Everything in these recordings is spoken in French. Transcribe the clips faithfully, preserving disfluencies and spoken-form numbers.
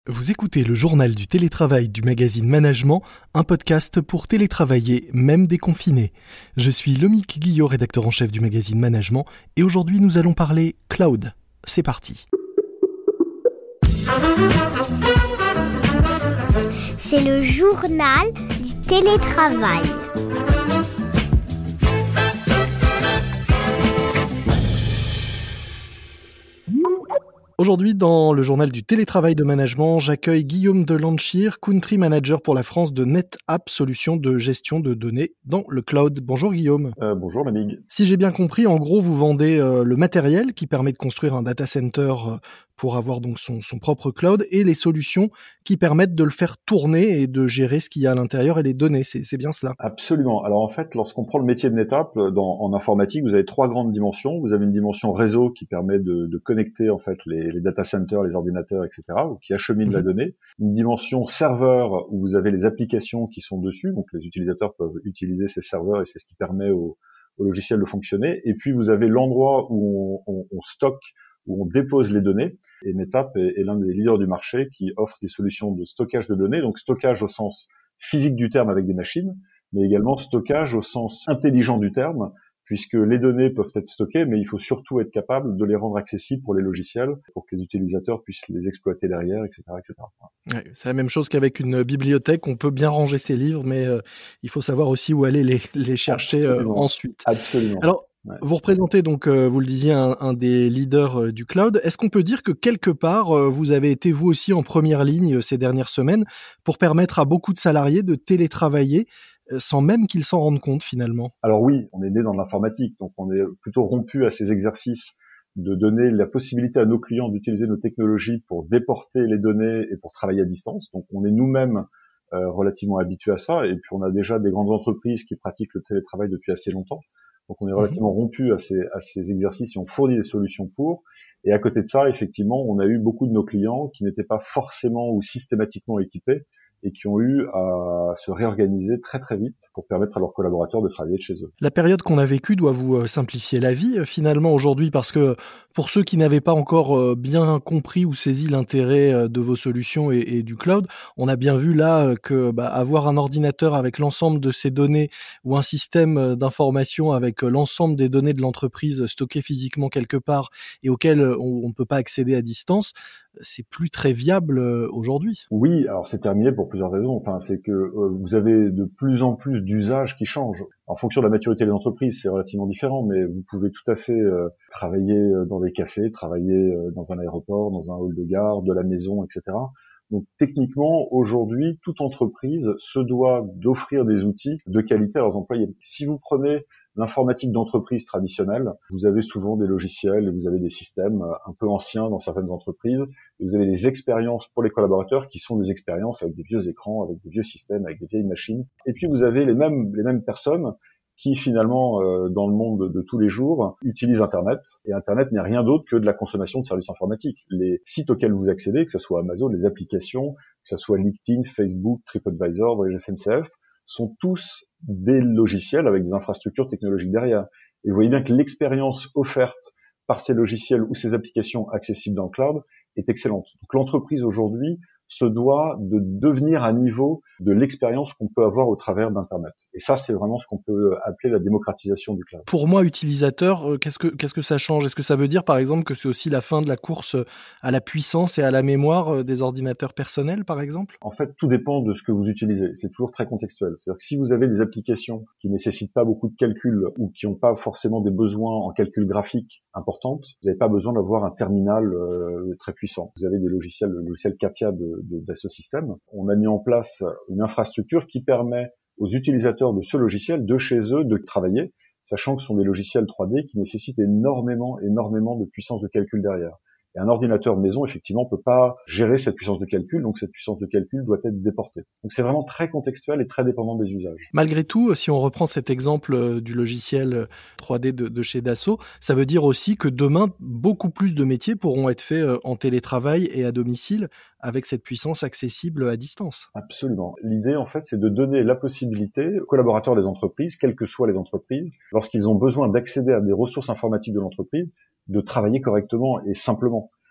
Vous écoutez le journal du télétravail du magazine Management, un podcast pour télétravailler, même déconfiné. Je suis Lomique Guillot, rédacteur en chef du magazine Management, et aujourd'hui nous allons parler cloud. C'est parti. C'est le journal du télétravail. Aujourd'hui, dans le journal du télétravail de management, j'accueille Guillaume de Lanchir, Country Manager pour la France de NetApp, solution de gestion de données dans le cloud. Bonjour Guillaume. Euh, bonjour Lamig. Si j'ai bien compris, en gros, vous vendez euh, le matériel qui permet de construire un data center euh, pour avoir donc son, son propre cloud et les solutions qui permettent de le faire tourner et de gérer ce qu'il y a à l'intérieur et les données. C'est, c'est bien cela? Absolument. Alors en fait, lorsqu'on prend le métier de NetApp dans, en informatique, vous avez trois grandes dimensions. Vous avez une dimension réseau qui permet de, de connecter en fait les, les data centers, les ordinateurs, et cetera, ou qui achemine mmh. la donnée. Une dimension serveur où vous avez les applications qui sont dessus, donc les utilisateurs peuvent utiliser ces serveurs et c'est ce qui permet au, au logiciel de fonctionner. Et puis vous avez l'endroit où on, on, on stocke, où on dépose les données. Et NetApp est, est l'un des leaders du marché qui offre des solutions de stockage de données, donc stockage au sens physique du terme avec des machines, mais également stockage au sens intelligent du terme, puisque les données peuvent être stockées, mais il faut surtout être capable de les rendre accessibles pour les logiciels, pour que les utilisateurs puissent les exploiter derrière, et cetera, et cetera. Ouais, c'est la même chose qu'avec une bibliothèque, on peut bien ranger ses livres, mais euh, il faut savoir aussi où aller les, les chercher euh, ensuite. Absolument. Alors, Ouais. Vous représentez donc, euh, vous le disiez, un, un des leaders euh, du cloud. Est-ce qu'on peut dire que quelque part, euh, vous avez été vous aussi en première ligne euh, ces dernières semaines pour permettre à beaucoup de salariés de télétravailler euh, sans même qu'ils s'en rendent compte finalement? Alors oui, on est né dans l'informatique, donc on est plutôt rompu à ces exercices de donner la possibilité à nos clients d'utiliser nos technologies pour déporter les données et pour travailler à distance. Donc on est nous-mêmes euh, relativement habitués à ça, et puis on a déjà des grandes entreprises qui pratiquent le télétravail depuis assez longtemps. Donc on est relativement rompu à ces, à ces exercices et on fournit des solutions pour. Et à côté de ça, effectivement, on a eu beaucoup de nos clients qui n'étaient pas forcément ou systématiquement équipés et qui ont eu à se réorganiser très très vite pour permettre à leurs collaborateurs de travailler de chez eux. La période qu'on a vécue doit vous simplifier la vie finalement aujourd'hui, parce que pour ceux qui n'avaient pas encore bien compris ou saisi l'intérêt de vos solutions et, et du cloud, on a bien vu là que bah, avoir un ordinateur avec l'ensemble de ces données ou un système d'information avec l'ensemble des données de l'entreprise stockées physiquement quelque part et auxquelles on ne peut pas accéder à distance, c'est plus très viable aujourd'hui. Oui, alors c'est terminé pour plusieurs raisons. Enfin, c'est que euh, vous avez de plus en plus d'usages qui changent. En fonction de la maturité des entreprises, c'est relativement différent, mais vous pouvez tout à fait euh, travailler dans des cafés, travailler euh, dans un aéroport, dans un hall de gare, de la maison, et cetera. Donc techniquement, aujourd'hui, toute entreprise se doit d'offrir des outils de qualité à leurs employés. Si vous prenez l'informatique d'entreprise traditionnelle, vous avez souvent des logiciels et vous avez des systèmes un peu anciens dans certaines entreprises, et vous avez des expériences pour les collaborateurs qui sont des expériences avec des vieux écrans, avec des vieux systèmes, avec des vieilles machines. Et puis vous avez les mêmes, les mêmes personnes qui finalement, euh, dans le monde de, de tous les jours, utilisent Internet. Et Internet n'est rien d'autre que de la consommation de services informatiques. Les sites auxquels vous accédez, que ce soit Amazon, les applications, que ce soit LinkedIn, Facebook, TripAdvisor, Voyage S N C F, sont tous des logiciels avec des infrastructures technologiques derrière. Et vous voyez bien que l'expérience offerte par ces logiciels ou ces applications accessibles dans le cloud est excellente. Donc l'entreprise aujourd'hui se doit de devenir à niveau de l'expérience qu'on peut avoir au travers d'Internet. Et ça, c'est vraiment ce qu'on peut appeler la démocratisation du cloud. Pour moi, utilisateur, qu'est-ce que, qu'est-ce que ça change? Est-ce que ça veut dire, par exemple, que c'est aussi la fin de la course à la puissance et à la mémoire des ordinateurs personnels, par exemple? En fait, tout dépend de ce que vous utilisez. C'est toujours très contextuel. C'est-à-dire que si vous avez des applications qui nécessitent pas beaucoup de calcul ou qui n'ont pas forcément des besoins en calcul graphique importantes, vous n'avez pas besoin d'avoir un terminal euh, très puissant. Vous avez des logiciels, le logiciel Katia de d'Assosystème. On a mis en place une infrastructure qui permet aux utilisateurs de ce logiciel, de chez eux, de travailler, sachant que ce sont des logiciels trois D qui nécessitent énormément, énormément de puissance de calcul derrière. Et un ordinateur maison, effectivement, peut pas gérer cette puissance de calcul, donc cette puissance de calcul doit être déportée. Donc c'est vraiment très contextuel et très dépendant des usages. Malgré tout, si on reprend cet exemple du logiciel trois D de, de chez Dassault, ça veut dire aussi que demain, beaucoup plus de métiers pourront être faits en télétravail et à domicile avec cette puissance accessible à distance. Absolument. L'idée, en fait, c'est de donner la possibilité aux collaborateurs des entreprises, quelles que soient les entreprises, lorsqu'ils ont besoin d'accéder à des ressources informatiques de l'entreprise, de travailler correctement et simplement.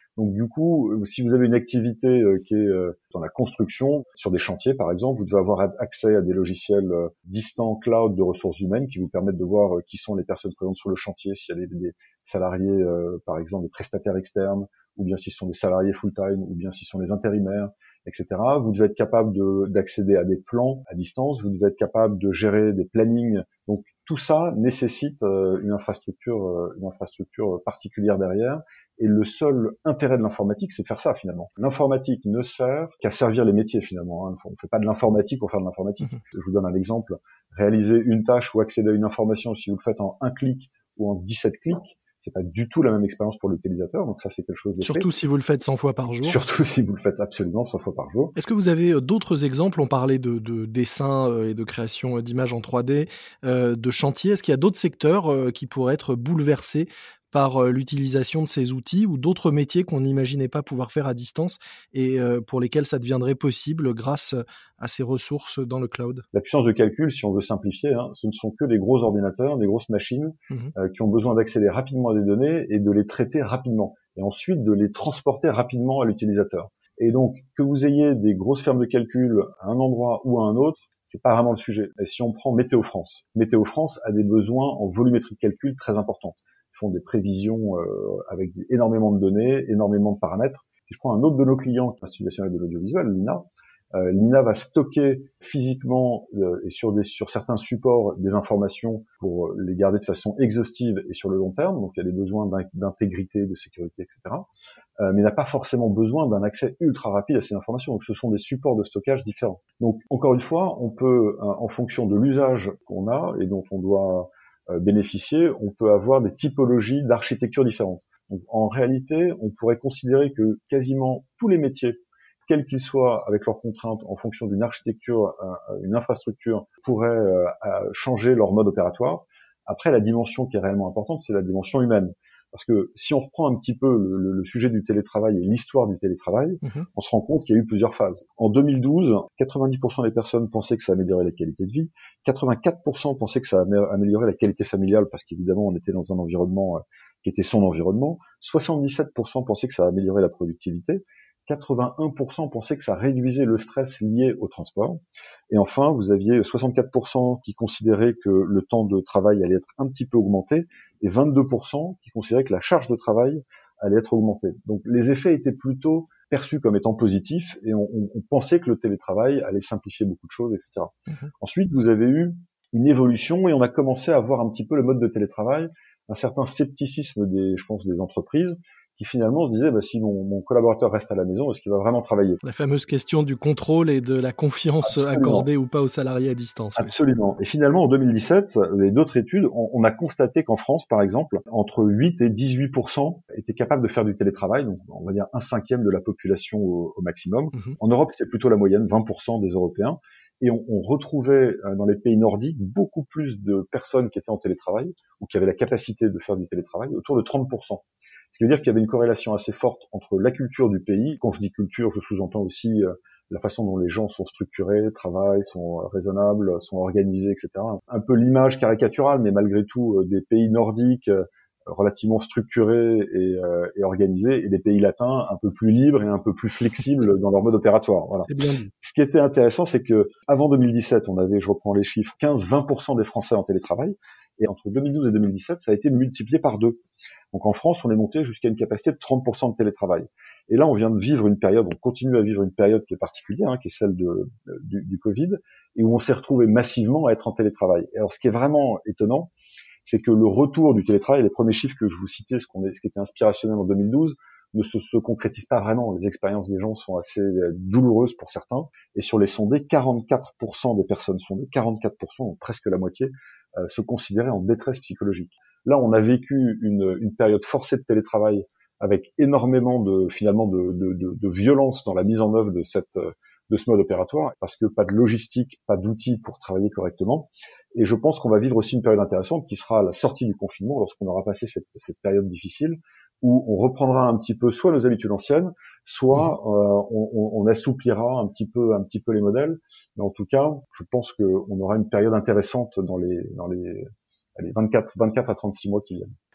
Donc du coup, si vous avez une activité euh, qui est euh, dans la construction, sur des chantiers par exemple, vous devez avoir accès à des logiciels euh, distants cloud de ressources humaines qui vous permettent de voir euh, qui sont les personnes présentes sur le chantier, s'il y a des, des salariés, euh, par exemple des prestataires externes, ou bien s'ils sont des salariés full-time, ou bien s'ils sont des intérimaires, et cetera. Vous devez être capable de, d'accéder à des plans à distance, vous devez être capable de gérer des plannings. Donc tout ça nécessite euh, une infrastructure, euh, une infrastructure particulière derrière. Et le seul intérêt de l'informatique, c'est de faire ça finalement. L'informatique ne sert qu'à servir les métiers finalement. Hein. On ne fait pas de l'informatique pour faire de l'informatique. Mmh. Je vous donne un exemple. Réaliser une tâche ou accéder à une information, si vous le faites en un clic ou en dix-sept clics, c'est pas du tout la même expérience pour l'utilisateur, donc ça c'est quelque chose de Surtout clé. Si vous le faites cent fois par jour. Surtout si vous le faites absolument cent fois par jour. Est-ce que vous avez d'autres exemples? On parlait de, de dessin et de création d'images en trois D, euh, de chantier. Est-ce qu'il y a d'autres secteurs euh, qui pourraient être bouleversés par euh, l'utilisation de ces outils ou d'autres métiers qu'on n'imaginait pas pouvoir faire à distance et euh, pour lesquels ça deviendrait possible grâce à ces ressources dans le cloud? La puissance de calcul, si on veut simplifier, hein, ce ne sont que des gros ordinateurs, des grosses machines mmh. euh, qui ont besoin d'accéder rapidement à des données et de les traiter rapidement et ensuite de les transporter rapidement à l'utilisateur. Et donc, que vous ayez des grosses fermes de calcul à un endroit ou à un autre, c'est pas vraiment le sujet. Et si on prend Météo France, Météo France a des besoins en volumétrie de calcul très importants. Ils font des prévisions euh, avec énormément de données, énormément de paramètres. Si je prends un autre de nos clients, l'Institut national de l'audiovisuel, l'I N A, euh, l'I N A va stocker physiquement euh, et sur des sur certains supports des informations pour les garder de façon exhaustive et sur le long terme. Donc il y a des besoins d'intégrité, de sécurité, et cetera. Euh, mais n'a pas forcément besoin d'un accès ultra rapide à ces informations. Donc ce sont des supports de stockage différents. Donc encore une fois, on peut, euh, en fonction de l'usage qu'on a et dont on doit euh, bénéficier, on peut avoir des typologies d'architecture différentes. Donc en réalité, on pourrait considérer que quasiment tous les métiers, quels qu'ils soient, avec leurs contraintes, en fonction d'une architecture, une infrastructure, pourraient changer leur mode opératoire. Après, la dimension qui est réellement importante, c'est la dimension humaine. Parce que si on reprend un petit peu le, le, le sujet du télétravail et l'histoire du télétravail, mmh. on se rend compte qu'il y a eu plusieurs phases. En deux mille douze, quatre-vingt-dix pour cent des personnes pensaient que ça améliorait la qualité de vie, quatre-vingt-quatre pour cent pensaient que ça améliorait la qualité familiale, parce qu'évidemment, on était dans un environnement qui était son environnement, soixante-dix-sept pour cent pensaient que ça améliorait la productivité, quatre-vingt-un pour cent pensaient que ça réduisait le stress lié au transport. Et enfin, vous aviez soixante-quatre pour cent qui considéraient que le temps de travail allait être un petit peu augmenté et vingt-deux pour cent qui considéraient que la charge de travail allait être augmentée. Donc les effets étaient plutôt perçus comme étant positifs et on, on, on pensait que le télétravail allait simplifier beaucoup de choses, et cetera. Mmh. Ensuite, vous avez eu une évolution et on a commencé à voir un petit peu le mode de télétravail, un certain scepticisme des, je pense, des entreprises, qui finalement se disait bah, si mon, mon collaborateur reste à la maison, est-ce qu'il va vraiment travailler? La fameuse question du contrôle et de la confiance Absolument. Accordée ou pas aux salariés à distance. Absolument. Oui. Et finalement, en deux mille dix-sept, et d'autres études, on, on a constaté qu'en France, par exemple, entre huit et dix-huit pour cent étaient capables de faire du télétravail, donc on va dire un cinquième de la population au, au maximum. Mm-hmm. En Europe, c'est plutôt la moyenne, vingt pour cent des Européens. Et on, on retrouvait dans les pays nordiques beaucoup plus de personnes qui étaient en télétravail ou qui avaient la capacité de faire du télétravail, autour de trente pour cent. Ce qui veut dire qu'il y avait une corrélation assez forte entre la culture du pays. Quand je dis culture, je sous-entends aussi euh, la façon dont les gens sont structurés, travaillent, sont raisonnables, sont organisés, et cetera. Un peu l'image caricaturale, mais malgré tout, euh, des pays nordiques euh, relativement structurés et, euh, et organisés, et des pays latins un peu plus libres et un peu plus flexibles dans leur mode opératoire. Voilà. C'est bien dit. Ce qui était intéressant, c'est que avant deux mille dix-sept, on avait, je reprends les chiffres, quinze à vingt pour cent des Français en télétravail. Et entre deux mille douze et deux mille dix-sept, ça a été multiplié par deux. Donc en France, on est monté jusqu'à une capacité de trente pour cent de télétravail. Et là, on vient de vivre une période, on continue à vivre une période qui est particulière, hein, qui est celle de, du, du Covid, et où on s'est retrouvé massivement à être en télétravail. Et alors, ce qui est vraiment étonnant, c'est que le retour du télétravail, les premiers chiffres que je vous citais, ce, qu'on est, ce qui était inspirationnel en deux mille douze, ne se, se concrétise pas vraiment. Les expériences des gens sont assez douloureuses pour certains. Et sur les sondés, quarante-quatre pour cent des personnes sondées, quarante-quatre pour cent, donc presque la moitié, euh, se considéraient en détresse psychologique. Là, on a vécu une, une période forcée de télétravail avec énormément de, finalement, de, de, de, de violence dans la mise en œuvre de cette, de ce mode opératoire, parce que pas de logistique, pas d'outils pour travailler correctement. Et je pense qu'on va vivre aussi une période intéressante qui sera la sortie du confinement, lorsqu'on aura passé cette, cette période difficile, où on reprendra un petit peu soit nos habitudes anciennes, soit euh, on, on assouplira un petit peu, un petit peu les modèles. Mais en tout cas, je pense qu'on aura une période intéressante dans les, dans les, les vingt-quatre, vingt-quatre à trente-six mois qui viennent.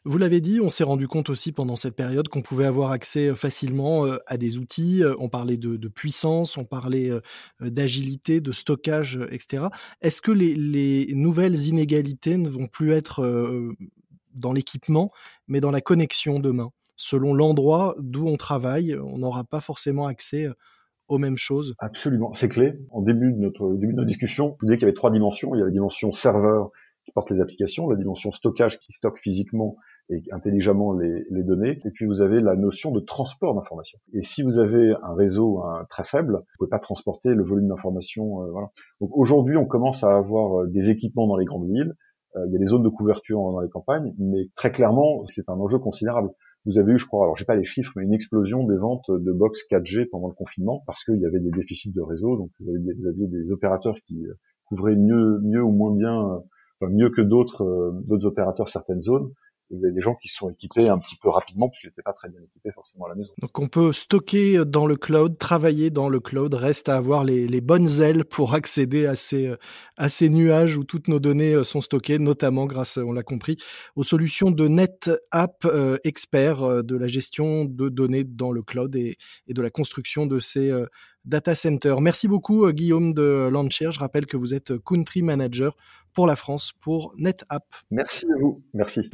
Vous l'avez dit, on s'est rendu compte aussi pendant cette période qu'on pouvait avoir accès facilement euh, à des outils. On parlait de, de puissance, on parlait euh, d'agilité, de stockage, et cetera. Est-ce que les, les nouvelles inégalités ne vont plus être euh, dans l'équipement, mais dans la connexion demain ? Selon l'endroit d'où on travaille, on n'aura pas forcément accès aux mêmes choses. Absolument, c'est clé. En début de notre, au début de notre discussion, je vous disais qu'il y avait trois dimensions. Il y a la dimension serveur qui porte les applications, la dimension stockage qui stocke physiquement et intelligemment les, les données, et puis vous avez la notion de transport d'informations. Et si vous avez un réseau un, très faible, vous pouvez pas transporter le volume d'informations. Euh, voilà. Donc aujourd'hui, on commence à avoir des équipements dans les grandes villes. Euh, il y a des zones de couverture dans les campagnes, mais très clairement, c'est un enjeu considérable. Vous avez eu, je crois, alors j'ai pas les chiffres, mais une explosion des ventes de box quatre G pendant le confinement parce qu'il y avait des déficits de réseau. Donc vous aviez, vous aviez des opérateurs qui couvraient mieux, mieux ou moins bien, enfin mieux que d'autres, euh, d'autres opérateurs certaines zones. Et vous avez des gens qui sont équipés un petit peu rapidement parce qu'ils n'étaient pas très bien équipés forcément à la maison. Donc on peut stocker dans le cloud, travailler dans le cloud. Reste à avoir les, les bonnes ailes pour accéder à ces, à ces nuages où toutes nos données sont stockées, notamment grâce, on l'a compris, aux solutions de NetApp, euh, experts de la gestion de données dans le cloud et, et de la construction de ces euh, data centers. Merci beaucoup Guillaume de Landshare. Je rappelle que vous êtes Country Manager pour la France pour NetApp. Merci à vous. Merci.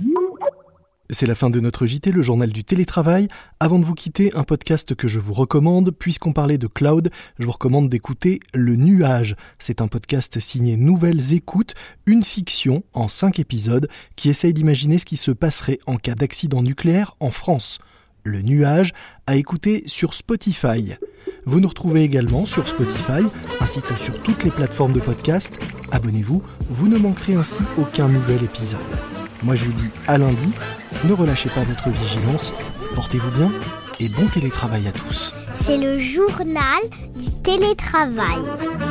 C'est la fin de notre J T, le journal du télétravail. Avant de vous quitter, un podcast que je vous recommande. Puisqu'on parlait de cloud, je vous recommande d'écouter Le Nuage. C'est un podcast signé Nouvelles Écoutes, une fiction en cinq épisodes qui essaye d'imaginer ce qui se passerait en cas d'accident nucléaire en France. Le Nuage, à écouter sur Spotify. Vous nous retrouvez également sur Spotify, ainsi que sur toutes les plateformes de podcast. Abonnez-vous, vous ne manquerez ainsi aucun nouvel épisode. Moi je vous dis à lundi, ne relâchez pas votre vigilance, portez-vous bien et bon télétravail à tous. C'est le journal du télétravail.